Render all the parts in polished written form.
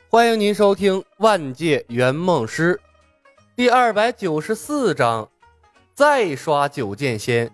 欢迎您收听《万界圆梦师》第294章，再刷九剑仙。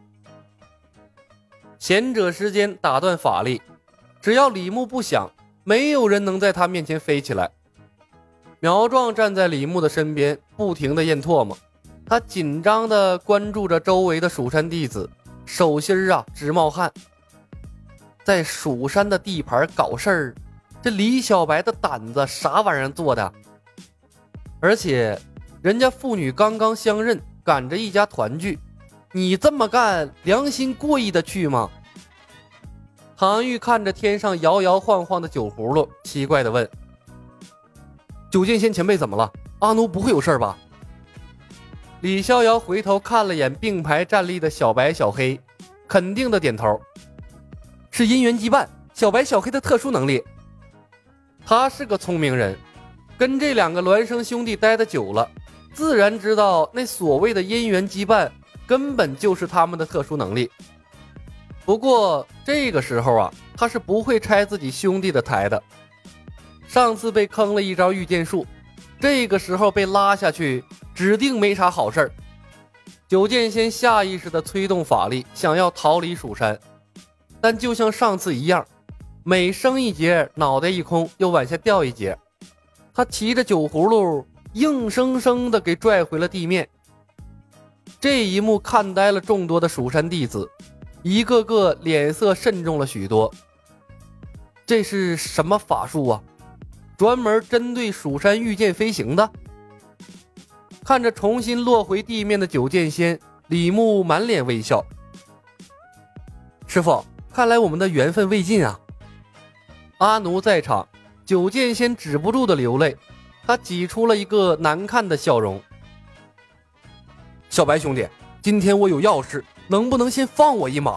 贤者时间打断法力，只要李牧不想，没有人能在他面前飞起来。苗壮站在李牧的身边，不停地咽唾沫，他紧张地关注着周围的蜀山弟子，手心直冒汗。在蜀山的地盘搞事儿，这李小白的胆子啥玩意儿做的？而且人家父女刚刚相认，赶着一家团聚，你这么干良心过意的去吗？唐玉看着天上摇摇晃晃的酒葫芦，奇怪地问：九剑仙前辈怎么了？阿奴不会有事吧？李逍遥回头看了眼并排站立的小白小黑，肯定的点头：是因缘羁绊，小白小黑的特殊能力。他是个聪明人，跟这两个孪生兄弟待得久了，自然知道那所谓的因缘羁绊根本就是他们的特殊能力。不过这个时候他是不会拆自己兄弟的台的。上次被坑了一招御剑术，这个时候被拉下去，指定没啥好事儿。九剑仙下意识地催动法力，想要逃离蜀山，但就像上次一样，每升一节，脑袋一空，又往下掉一节。他骑着酒葫芦，硬生生地给拽回了地面。这一幕看呆了众多的蜀山弟子，一个个脸色慎重了许多。这是什么法术啊？专门针对蜀山御剑飞行的？看着重新落回地面的九剑仙，李牧满脸微笑。师父，看来我们的缘分未尽啊。阿奴在场，九剑仙止不住的流泪，他挤出了一个难看的笑容。小白兄弟，今天我有要事，能不能先放我一马？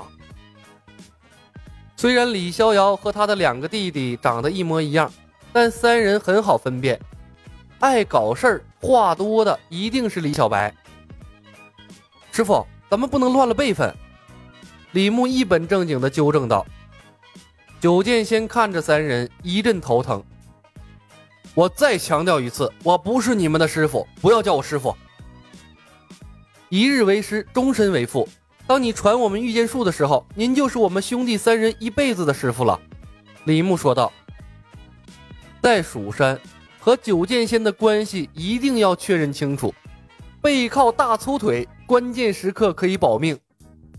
虽然李逍遥和他的两个弟弟长得一模一样，但三人很好分辨，爱搞事儿话多的一定是李小白。师父，咱们不能乱了辈分。李牧一本正经地纠正道。九剑仙看着三人一阵头疼。我再强调一次，我不是你们的师父，不要叫我师父。一日为师，终身为父。当你传我们御剑术的时候，您就是我们兄弟三人一辈子的师父了。李牧说道。在蜀山和九剑仙的关系一定要确认清楚，背靠大粗腿，关键时刻可以保命。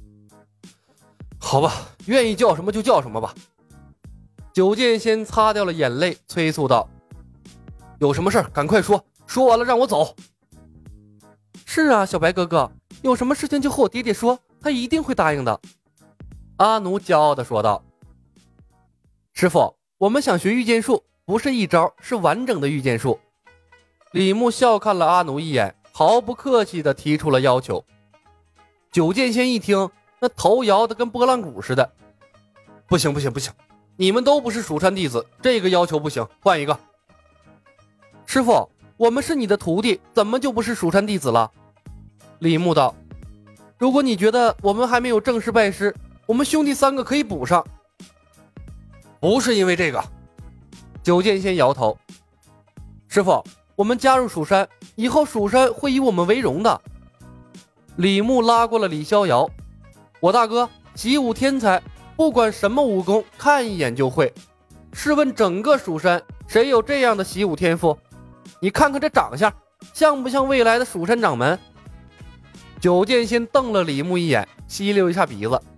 好吧，愿意叫什么就叫什么吧。九剑仙擦掉了眼泪，催促道：有什么事赶快说，说完了让我走。是啊，小白哥哥，有什么事情就和我爹爹说，他一定会答应的。阿奴骄傲地说道。师父，我们想学御剑术，不是一招，是完整的御剑术。李牧笑看了阿奴一眼，毫不客气地提出了要求。九剑仙一听，那头摇得跟拨浪鼓似的。不行，你们都不是蜀山弟子，这个要求不行，换一个。师父，我们是你的徒弟，怎么就不是蜀山弟子了？李牧道。如果你觉得我们还没有正式拜师，我们兄弟三个可以补上。不是因为这个。九剑仙摇头。师父，我们加入蜀山以后，蜀山会以我们为荣的。李牧拉过了李逍遥。我大哥习武天才，不管什么武功看一眼就会，试问整个蜀山谁有这样的习武天赋？你看看这长相，像不像未来的蜀山掌门？九剑仙瞪了李牧一眼，吸溜一下鼻子。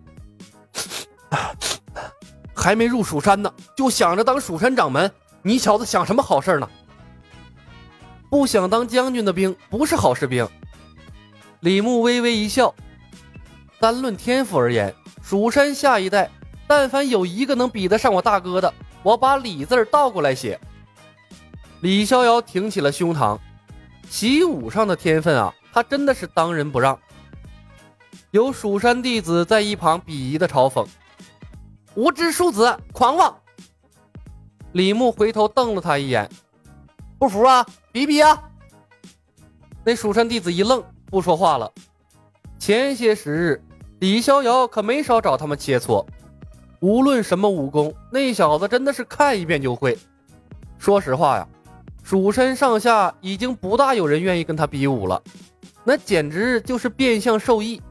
还没入蜀山呢，就想着当蜀山掌门，你小子想什么好事呢？不想当将军的兵不是好士兵。李牧微微一笑。单论天赋而言，蜀山下一代但凡有一个能比得上我大哥的，我把李字倒过来写。李逍遥挺起了胸膛，习武上的天分他真的是当仁不让。有蜀山弟子在一旁鄙夷的嘲讽：无知庶子，狂妄。李牧回头瞪了他一眼：不服啊，比比啊。那蜀山弟子一愣，不说话了。前些时日，李逍遥可没少找他们切磋，无论什么武功，那小子真的是看一遍就会。说实话呀， 蜀山上下已经不大有人愿意跟他比武了，那简直就是变相受益。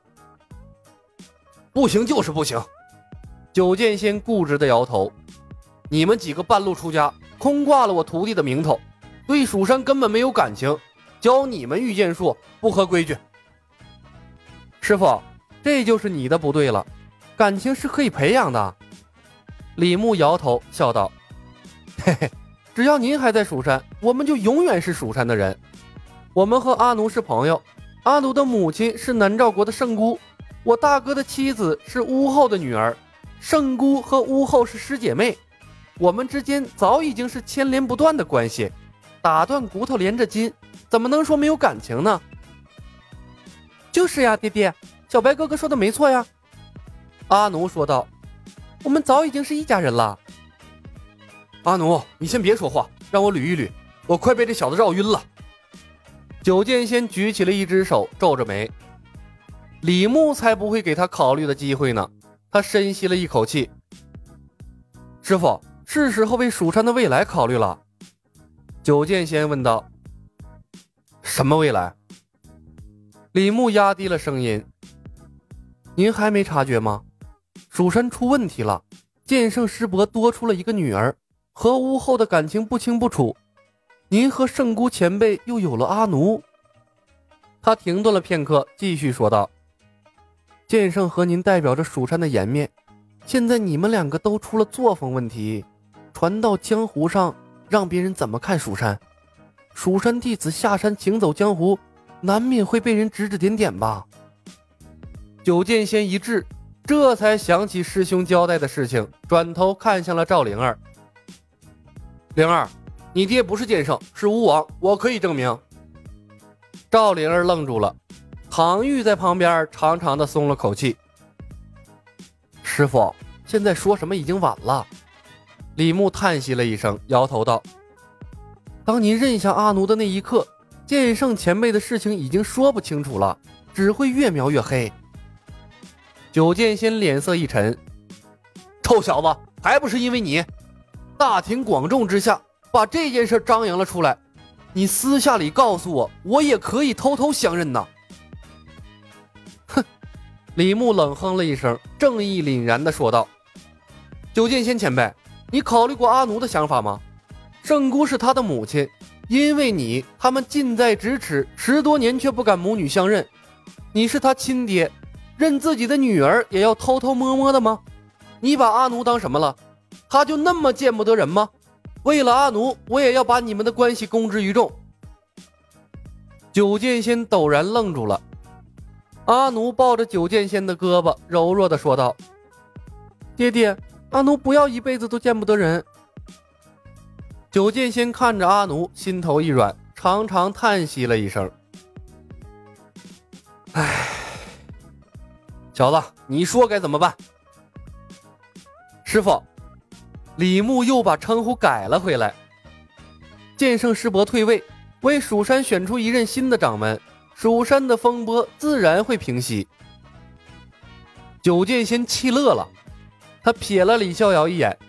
不行就是不行，九剑仙固执地摇头，你们几个半路出家，空挂了我徒弟的名头，对蜀山根本没有感情，教你们御剑术不合规矩。师傅，这就是你的不对了，感情是可以培养的。李牧摇头笑道，嘿嘿，只要您还在蜀山，我们就永远是蜀山的人。我们和阿奴是朋友，阿奴的母亲是南诏国的圣姑，我大哥的妻子是巫后的女儿，圣姑和巫后是师姐妹，我们之间早已经是牵连不断的关系，打断骨头连着筋，怎么能说没有感情呢？就是呀，爹爹，小白哥哥说的没错呀。阿奴说道，我们早已经是一家人了。阿奴，你先别说话，让我捋一捋，我快被这小子绕晕了。九剑仙举起了一只手，皱着眉。李牧才不会给他考虑的机会呢。他深吸了一口气，师傅，是时候为蜀山的未来考虑了。九剑仙问道，什么未来？李牧压低了声音，您还没察觉吗？蜀山出问题了，剑圣师伯多出了一个女儿，和巫后的感情不清不楚，您和圣姑前辈又有了阿奴。他停顿了片刻，继续说道，剑圣和您代表着蜀山的颜面，现在你们两个都出了作风问题，传到江湖上，让别人怎么看蜀山？蜀山弟子下山行走江湖，难免会被人指指点点吧。九剑仙一滞，这才想起师兄交代的事情，转头看向了赵灵儿。灵儿，你爹不是剑圣，是巫王，我可以证明。赵灵儿愣住了，唐玉在旁边长长的松了口气。师傅，现在说什么已经晚了。李牧叹息了一声，摇头道，当您认下阿奴的那一刻，剑圣前辈的事情已经说不清楚了，只会越描越黑。九剑仙脸色一沉，臭小子，还不是因为你大庭广众之下把这件事张扬了出来，你私下里告诉我，我也可以偷偷相认呐。哼！李牧冷哼了一声，正义凛然地说道，九剑仙前辈，你考虑过阿奴的想法吗？圣姑是他的母亲，因为你，他们近在咫尺，10多年却不敢母女相认。你是他亲爹，认自己的女儿也要偷偷摸摸的吗？你把阿奴当什么了？他就那么见不得人吗？为了阿奴，我也要把你们的关系公之于众。九剑仙陡然愣住了。阿奴抱着九剑仙的胳膊，柔弱地说道，爹爹，阿奴不要一辈子都见不得人。九剑仙看着阿奴，心头一软，长长叹息了一声，唉，小子，你说该怎么办？师傅，李牧又把称呼改了回来。剑圣师伯退位，为蜀山选出一任新的掌门，蜀山的风波自然会平息。九剑仙气乐了，他瞥了李逍遥一眼，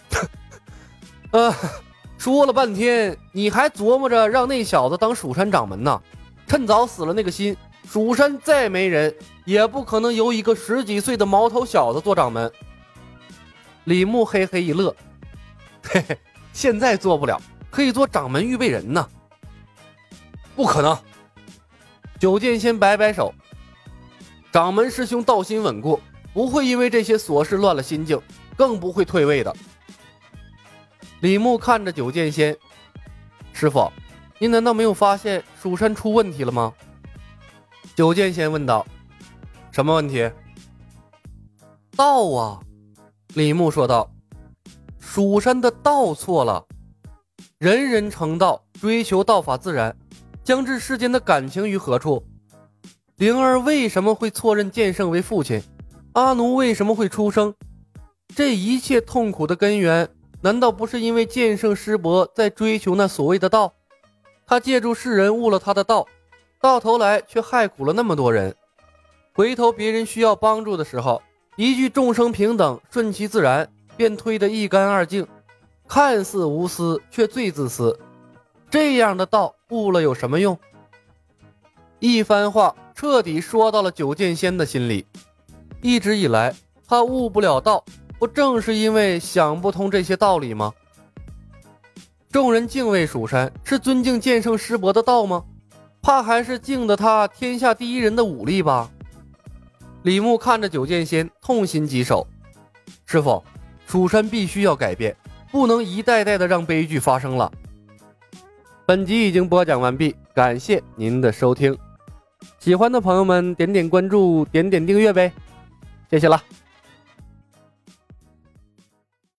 说了半天，你还琢磨着让那小子当蜀山掌门呢？趁早死了那个心，蜀山再没人，也不可能由一个10几岁的毛头小子做掌门。李牧嘿嘿一乐，嘿嘿，现在做不了，可以做掌门预备人呢。不可能！九剑仙摆摆手，掌门师兄道心稳固，不会因为这些琐事乱了心境，更不会退位的。李牧看着九剑仙，师傅，您难道没有发现蜀山出问题了吗？九剑仙问道。什么问题？道啊！李牧说道，蜀山的道错了，人人成道，追求道法自然，将至世间的感情于何处？灵儿为什么会错认剑圣为父亲？阿奴为什么会出生？这一切痛苦的根源，难道不是因为剑圣师伯在追求那所谓的道？他借助世人悟了他的道，到头来却害苦了那么多人。回头别人需要帮助的时候，一句众生平等，顺其自然，便推得一干二净，看似无私，却最自私。 这样的道悟了有什么用？一番话彻底说到了九剑仙的心里。一直以来他悟不了道，不正是因为想不通这些道理吗？众人敬畏蜀山，是尊敬剑圣师伯的道吗？怕还是敬的他天下第一人的武力吧。李牧看着九剑仙，痛心疾首。师父，蜀山必须要改变，不能一代代的让悲剧发生了。本集已经播讲完毕，感谢您的收听。喜欢的朋友们点点关注，点点订阅呗，谢谢了。